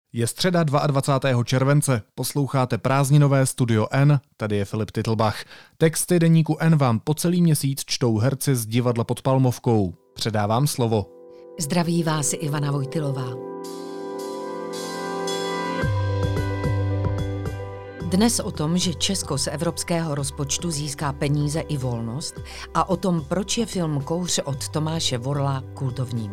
Je středa 22. července, posloucháte prázdninové Studio N, tady je Filip Titlbach. Texty deníku N vám po celý měsíc čtou herci z Divadla pod Palmovkou. Předávám slovo. Zdraví vás Ivana Vojtilová. Dnes o tom, že Česko z evropského rozpočtu získá peníze i volnost a o tom, proč je film Kouř od Tomáše Worla kultovním.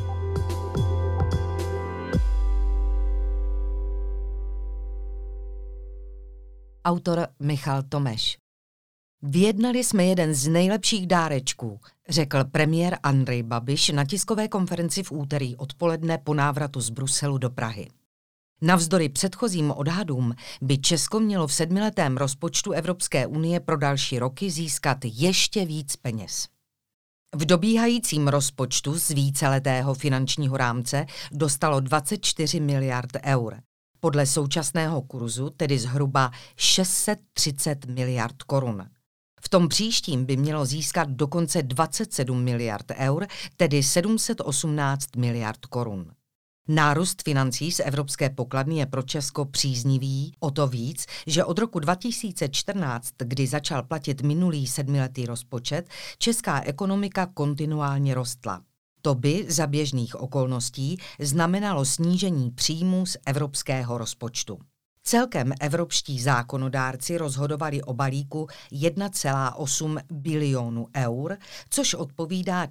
Autor Michal Tomeš. Vyjednali jsme jeden z nejlepších dárečků, řekl premiér Andrej Babiš na tiskové konferenci v úterý odpoledne po návratu z Bruselu do Prahy. Navzdory předchozím odhadům by Česko mělo v 7letém rozpočtu Evropské unie pro další roky získat ještě víc peněz. V dobíhajícím rozpočtu z víceletého finančního rámce dostalo 24 miliard eur. Podle současného kurzu tedy zhruba 630 miliard korun. V tom příštím by mělo získat dokonce 27 miliard eur, tedy 718 miliard korun. Nárůst financí z evropské pokladny je pro Česko příznivý, o to víc, že od roku 2014, kdy začal platit minulý 7letý rozpočet, česká ekonomika kontinuálně rostla. To by za běžných okolností znamenalo snížení příjmů z evropského rozpočtu. Celkem evropští zákonodárci rozhodovali o balíku 1,8 bilionu eur, což odpovídá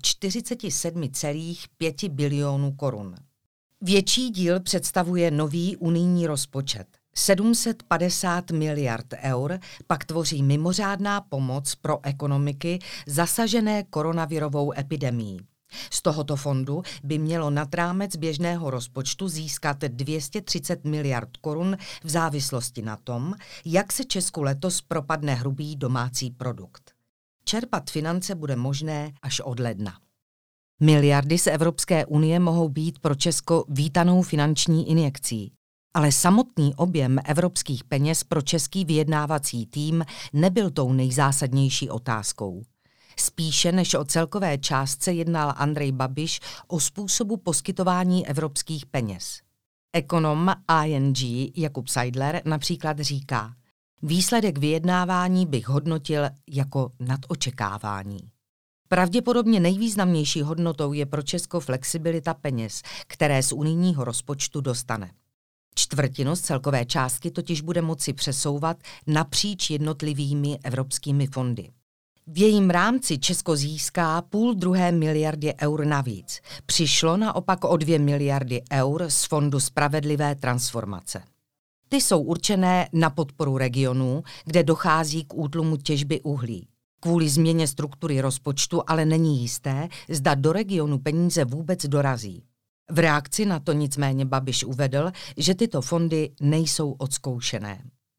47,5 bilionů korun. Větší díl představuje nový unijní rozpočet. 750 miliard eur pak tvoří mimořádná pomoc pro ekonomiky zasažené koronavirovou epidemií. Z tohoto fondu by mělo nad rámec běžného rozpočtu získat 230 miliard korun v závislosti na tom, jak se Česku letos propadne hrubý domácí produkt. Čerpat finance bude možné až od ledna. Miliardy z Evropské unie mohou být pro Česko vítanou finanční injekcí, ale samotný objem evropských peněz pro český vyjednávací tým nebyl tou nejzásadnější otázkou. Spíše než o celkové částce jednal Andrej Babiš o způsobu poskytování evropských peněz. Ekonom ING Jakub Seidler například říká: výsledek vyjednávání bych hodnotil jako nad očekávání. Pravděpodobně nejvýznamnější hodnotou je pro Česko flexibilita peněz, které z unijního rozpočtu dostane. Čtvrtinu z celkové částky totiž bude moci přesouvat napříč jednotlivými evropskými fondy. V jejím rámci Česko získá 0,5 miliardy eur navíc. Přišlo naopak o 2 miliardy eur z Fondu spravedlivé transformace. Ty jsou určené na podporu regionů, kde dochází k útlumu těžby uhlí. Kvůli změně struktury rozpočtu ale není jisté, zda do regionu peníze vůbec dorazí. V reakci na to nicméně Babiš uvedl, že tyto fondy nejsou odzkoušené.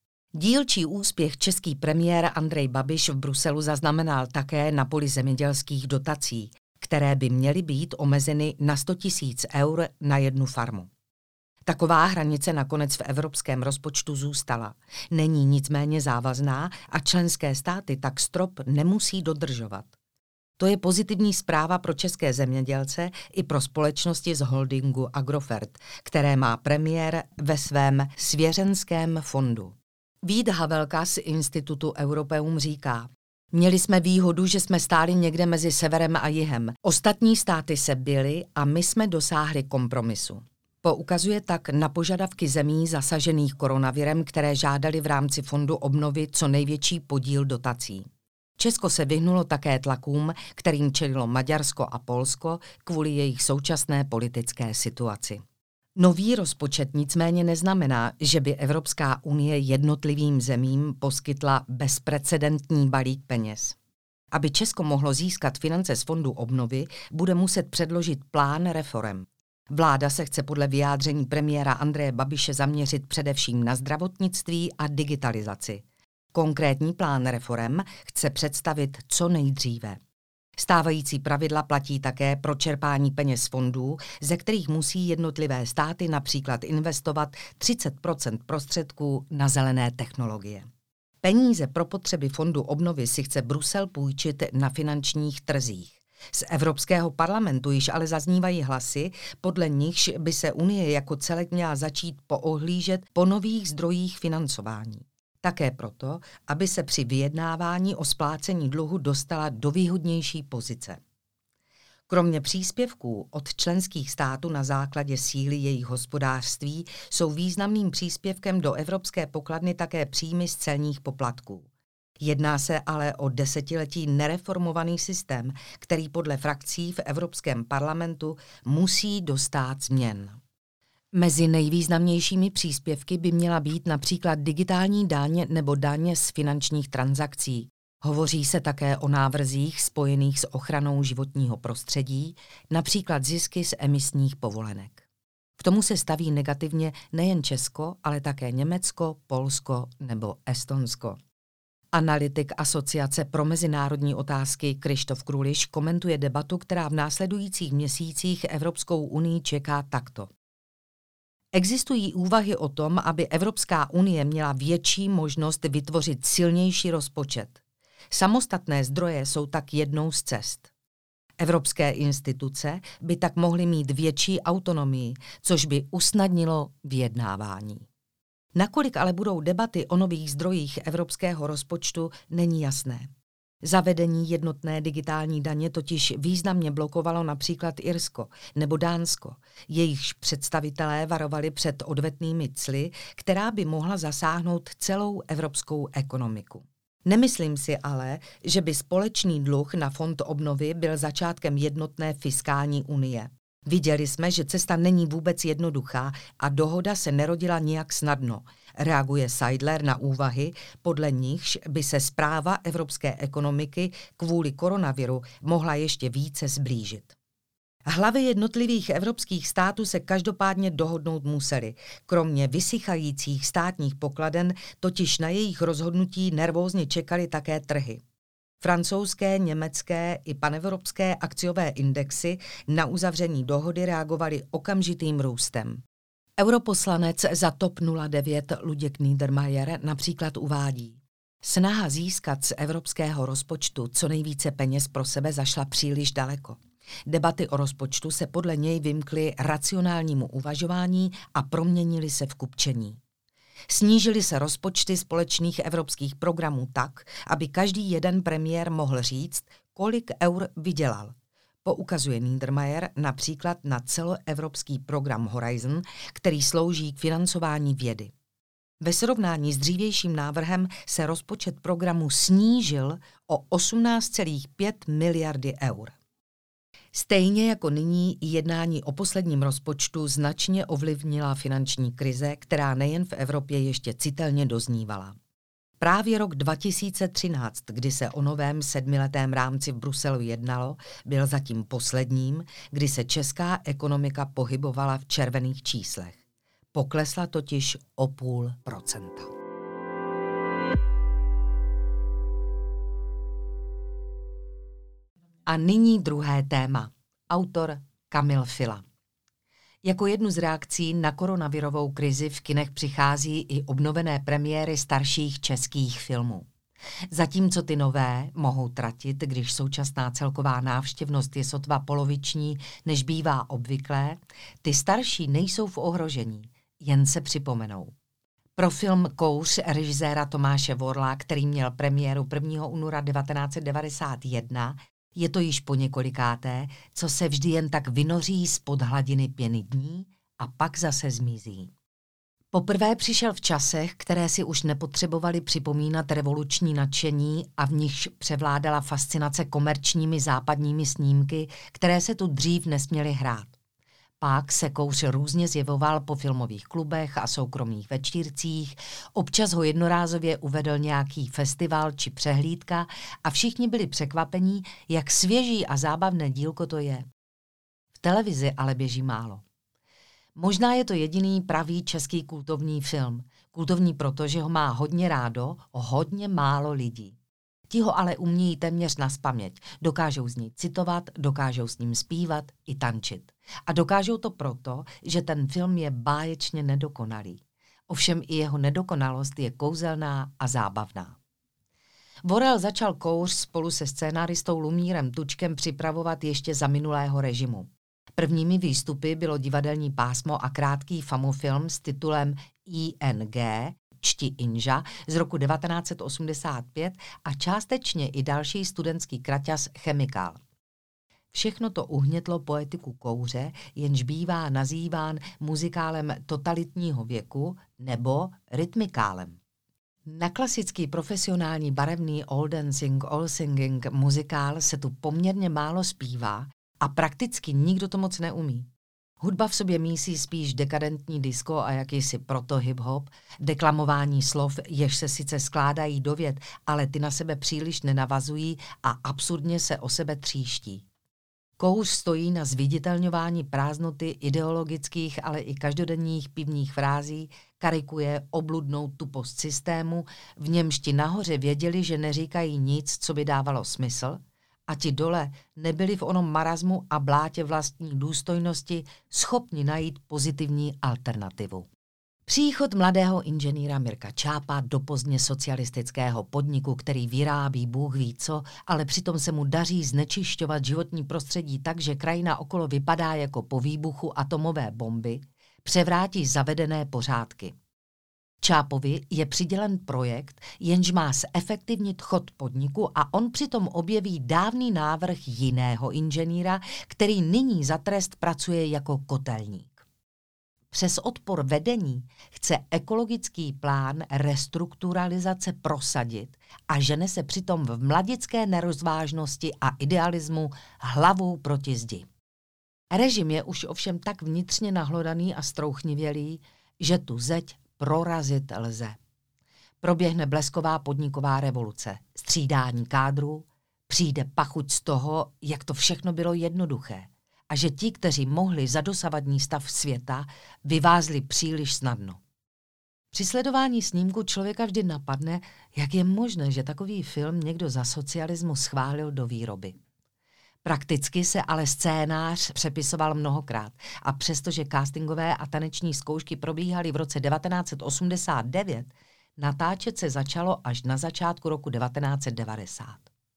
Dílčí úspěch český premiér Andrej Babiš v Bruselu zaznamenal také na poli zemědělských dotací, které by měly být omezeny na 100 000 eur na jednu farmu. Taková hranice nakonec v evropském rozpočtu zůstala. Není nicméně závazná a členské státy tak strop nemusí dodržovat. To je pozitivní zpráva pro české zemědělce i pro společnosti z holdingu Agrofert, které má premiér ve svém svěřenském fondu. Vít Havelka z Institutu Europeum říká: měli jsme výhodu, že jsme stáli někde mezi severem a jihem. Ostatní státy se bily a my jsme dosáhli kompromisu. Poukazuje tak na požadavky zemí zasažených koronavirem, které žádali v rámci fondu obnovy co největší podíl dotací. Česko se vyhnulo také tlakům, kterým čelilo Maďarsko a Polsko kvůli jejich současné politické situaci. Nový rozpočet nicméně neznamená, že by Evropská unie jednotlivým zemím poskytla bezprecedentní balík peněz. Aby Česko mohlo získat finance z fondu obnovy, bude muset předložit plán reforem. Vláda se chce podle vyjádření premiéra Andreje Babiše zaměřit především na zdravotnictví a digitalizaci. Konkrétní plán reforem chce představit co nejdříve. Stávající pravidla platí také pro čerpání peněz fondů, ze kterých musí jednotlivé státy například investovat 30% prostředků na zelené technologie. Peníze pro potřeby fondu obnovy si chce Brusel půjčit na finančních trzích. Z Evropského parlamentu již ale zaznívají hlasy, podle nichž by se Unie jako celek měla začít poohlížet po nových zdrojích financování. Také proto, aby se při vyjednávání o splácení dluhu dostala do výhodnější pozice. Kromě příspěvků od členských států na základě síly jejich hospodářství jsou významným příspěvkem do evropské pokladny také příjmy z celních poplatků. Jedná se ale o desetiletí nereformovaný systém, který podle frakcí v Evropském parlamentu musí dostát změn. Mezi nejvýznamnějšími příspěvky by měla být například digitální daň nebo daň z finančních transakcí. Hovoří se také o návrzích spojených s ochranou životního prostředí, například zisky z emisních povolenek. K tomu se staví negativně nejen Česko, ale také Německo, Polsko nebo Estonsko. Analytik Asociace pro mezinárodní otázky Krištof Kruliš komentuje debatu, která v následujících měsících Evropskou unii čeká takto. Existují úvahy o tom, aby Evropská unie měla větší možnost vytvořit silnější rozpočet. Samostatné zdroje jsou tak jednou z cest. Evropské instituce by tak mohly mít větší autonomii, což by usnadnilo vyjednávání. Nakolik ale budou debaty o nových zdrojích evropského rozpočtu, není jasné. Zavedení jednotné digitální daně totiž významně blokovalo například Irsko nebo Dánsko. Jejichž představitelé varovali před odvetnými cly, která by mohla zasáhnout celou evropskou ekonomiku. Nemyslím si ale, že by společný dluh na fond obnovy byl začátkem jednotné fiskální unie. Viděli jsme, že cesta není vůbec jednoduchá a dohoda se nerodila nijak snadno. Reaguje Seidler na úvahy, podle nichž by se správa evropské ekonomiky kvůli koronaviru mohla ještě více zblížit. Hlavy jednotlivých evropských států se každopádně dohodnout musely. Kromě vysychajících státních pokladen totiž na jejich rozhodnutí nervózně čekaly také trhy. Francouzské, německé i panevropské akciové indexy na uzavření dohody reagovaly okamžitým růstem. Europoslanec za TOP 09 Luděk Niedermayer například uvádí: snaha získat z evropského rozpočtu co nejvíce peněz pro sebe zašla příliš daleko. Debaty o rozpočtu se podle něj vymkly racionálnímu uvažování a proměnily se v kupčení. Snížily se rozpočty společných evropských programů tak, aby každý jeden premiér mohl říct, kolik eur vydělal. Poukazuje Niedermayer například na celoevropský program Horizon, který slouží k financování vědy. Ve srovnání s dřívějším návrhem se rozpočet programu snížil o 18,5 miliardy eur. Stejně jako nyní jednání o posledním rozpočtu značně ovlivnila finanční krize, která nejen v Evropě ještě citelně doznívala. Právě rok 2013, kdy se o novém sedmiletém rámci v Bruselu jednalo, byl zatím posledním, kdy se česká ekonomika pohybovala v červených číslech. Poklesla totiž o 0,5%. A nyní druhé téma. Autor Kamil Fila. Jako jednu z reakcí na koronavirovou krizi v kinech přichází i obnovené premiéry starších českých filmů. Zatímco ty nové mohou tratit, když současná celková návštěvnost je sotva poloviční, než bývá obvyklé, ty starší nejsou v ohrožení, jen se připomenou. Pro film Kouř režiséra Tomáše Worla, který měl premiéru 1. února 1991, je to již po několikáté, co se vždy jen tak vynoří spod hladiny pěny dní a pak zase zmizí. Poprvé přišel v časech, které si už nepotřebovali připomínat revoluční nadšení a v nichž převládala fascinace komerčními západními snímky, které se tu dřív nesměly hrát. Pak se Kouř různě zjevoval po filmových klubech a soukromých večírcích, občas ho jednorázově uvedl nějaký festival či přehlídka a všichni byli překvapení, jak svěží a zábavné dílko to je. V televizi ale běží málo. Možná je to jediný pravý český kultovní film. Kultovní proto, že ho má hodně rádo hodně málo lidí. Ti ho ale umějí téměř nazpaměť. Dokážou z něj citovat, dokážou s ním zpívat i tančit. A dokážou to proto, že ten film je báječně nedokonalý. Ovšem i jeho nedokonalost je kouzelná a zábavná. Vorel začal kouř spolu se scénáristou Lumírem Tučkem připravovat ještě za minulého režimu. Prvními výstupy bylo divadelní pásmo a krátký famofilm s titulem ING, Čti Inža, z roku 1985 a částečně i další studentský kraťas Chemikál. Všechno to uhnětlo poetiku kouře, jenž bývá nazýván muzikálem totalitního věku nebo rytmikálem. Na klasický profesionální barevný all dancing, all singing muzikál se tu poměrně málo zpívá a prakticky nikdo to moc neumí. Hudba v sobě mísí spíš dekadentní disco a jakýsi proto-hip-hop, deklamování slov, jež se sice skládají do vět, ale ty na sebe příliš nenavazují a absurdně se o sebe tříští. Kouř stojí na zviditelňování prázdnoty ideologických, ale i každodenních pivních frází, karikuje obludnou tupost systému, v němž ti nahoře věděli, že neříkají nic, co by dávalo smysl, a ti dole nebyli v onom marazmu a blátě vlastní důstojnosti schopni najít pozitivní alternativu. Příchod mladého inženýra Mirka Čápa do pozdně socialistického podniku, který vyrábí bůh ví co, ale přitom se mu daří znečišťovat životní prostředí tak, že krajina okolo vypadá jako po výbuchu atomové bomby, převrátí zavedené pořádky. Čápovi je přidělen projekt, jenž má zefektivnit chod podniku a on přitom objeví dávný návrh jiného inženýra, který nyní za trest pracuje jako kotelník. Přes odpor vedení chce ekologický plán restrukturalizace prosadit a žene se přitom v mladické nerozvážnosti a idealismu hlavou proti zdi. Režim je už ovšem tak vnitřně nahlodaný a strouchnivělý, že tu zeď prorazit lze. Proběhne blesková podniková revoluce, střídání kádrů, přijde pachuť z toho, jak to všechno bylo jednoduché a že ti, kteří mohli za dosavadní stav světa, vyvázli příliš snadno. Při sledování snímku člověka vždy napadne, jak je možné, že takový film někdo za socialismu schválil do výroby. Prakticky se ale scénář přepisoval mnohokrát a přestože castingové a taneční zkoušky probíhaly v roce 1989, natáčet se začalo až na začátku roku 1990.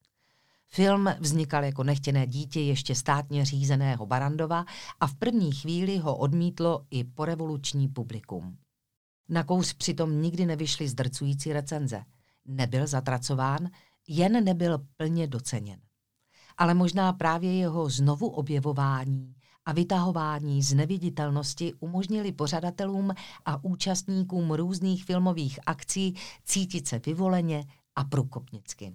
Film vznikal jako nechtěné dítě ještě státně řízeného Barrandova a v první chvíli ho odmítlo i porevoluční publikum. Na kouř přitom nikdy nevyšly zdrcující recenze. Nebyl zatracován, jen nebyl plně doceněn. Ale možná právě jeho znovu objevování a vytahování z neviditelnosti umožnili pořadatelům a účastníkům různých filmových akcí cítit se vyvoleně a průkopnicky.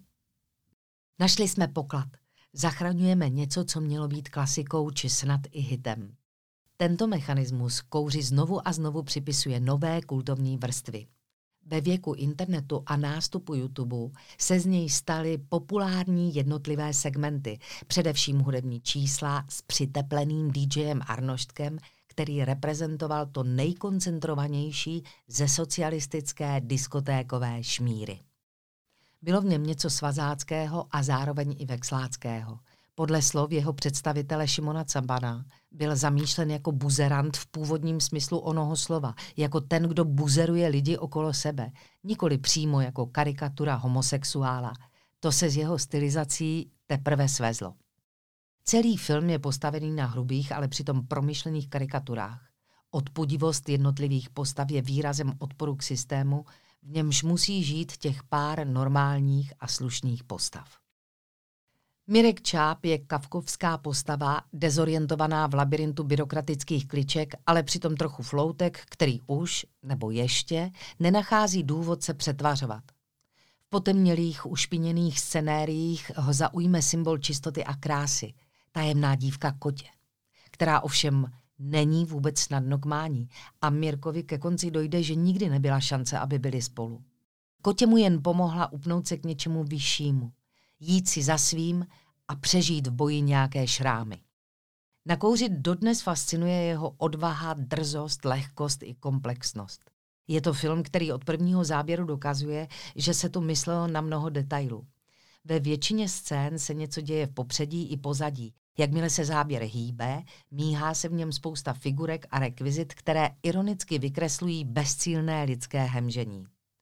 Našli jsme poklad. Zachraňujeme něco, co mělo být klasikou či snad i hitem. Tento mechanismus kouři znovu a znovu připisuje nové kultovní vrstvy. Ve věku internetu a nástupu YouTube se z něj staly populární jednotlivé segmenty, především hudební čísla s přitepleným DJem Arnoštkem, který reprezentoval to nejkoncentrovanější ze socialistické diskotékové šmíry. Bylo v něm něco svazáckého a zároveň i vexláckého. Podle slov jeho představitele Šimona Cabana byl zamýšlen jako buzerant v původním smyslu onoho slova, jako ten, kdo buzeruje lidi okolo sebe, nikoli přímo jako karikatura homosexuála. To se z jeho stylizací teprve svezlo. Celý film je postavený na hrubých, ale přitom promyšlených karikaturách. Odpudivost jednotlivých postav je výrazem odporu k systému, v němž musí žít těch pár normálních a slušných postav. Mirek Čáp je kafkovská postava, dezorientovaná v labirintu byrokratických kliček, ale přitom trochu floutek, který už, nebo ještě, nenachází důvod se přetvařovat. V potemnělých, ušpiněných scenériích ho zaujme symbol čistoty a krásy, tajemná dívka Kotě, která ovšem není vůbec snadno k mání a Mirkovi ke konci dojde, že nikdy nebyla šance, aby byli spolu. Kotě mu jen pomohla upnout se k něčemu vyššímu, jít si za svým a přežít v boji nějaké šrámy. Na kouři dodnes fascinuje jeho odvaha, drzost, lehkost i komplexnost. Je to film, který od prvního záběru dokazuje, že se tu myslelo na mnoho detailů. Ve většině scén se něco děje v popředí i pozadí. Jakmile se záběr hýbe, míhá se v něm spousta figurek a rekvizit, které ironicky vykreslují bezcílné lidské hemžení.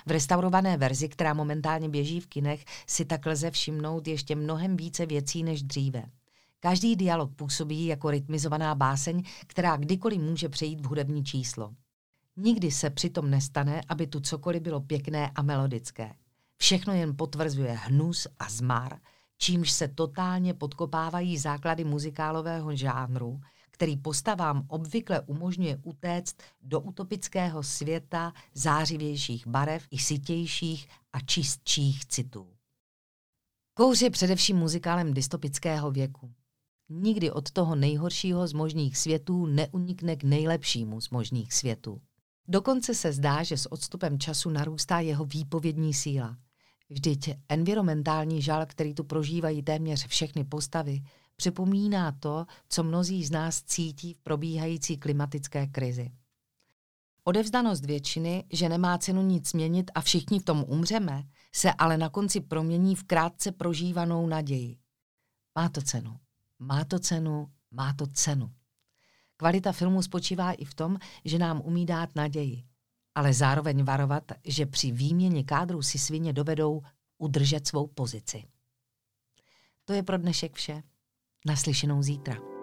V restaurované verzi, která momentálně běží v kinech, si tak lze všimnout ještě mnohem více věcí než dříve. Každý dialog působí jako rytmizovaná báseň, která kdykoliv může přejít v hudební číslo. Nikdy se přitom nestane, aby tu cokoliv bylo pěkné a melodické. Všechno jen potvrzuje hnus a zmar, čímž se totálně podkopávají základy muzikálového žánru, který postavám obvykle umožňuje utéct do utopického světa zářivějších barev i sytějších a čistších citů. Kouř je především muzikálem dystopického věku. Nikdy od toho nejhoršího z možných světů neunikne k nejlepšímu z možných světů. Dokonce se zdá, že s odstupem času narůstá jeho výpovědní síla. Vždyť environmentální žal, který tu prožívají téměř všechny postavy, připomíná to, co mnozí z nás cítí v probíhající klimatické krizi. Odevzdanost většiny, že nemá cenu nic měnit a všichni v tom umřeme, se ale na konci promění v krátce prožívanou naději. Má to cenu. Má to cenu, má to cenu. Kvalita filmu spočívá i v tom, že nám umí dát naději, ale zároveň varovat, že při výměně kádru si svině dovedou udržet svou pozici. To je pro dnešek vše. Naslyšenou zítra.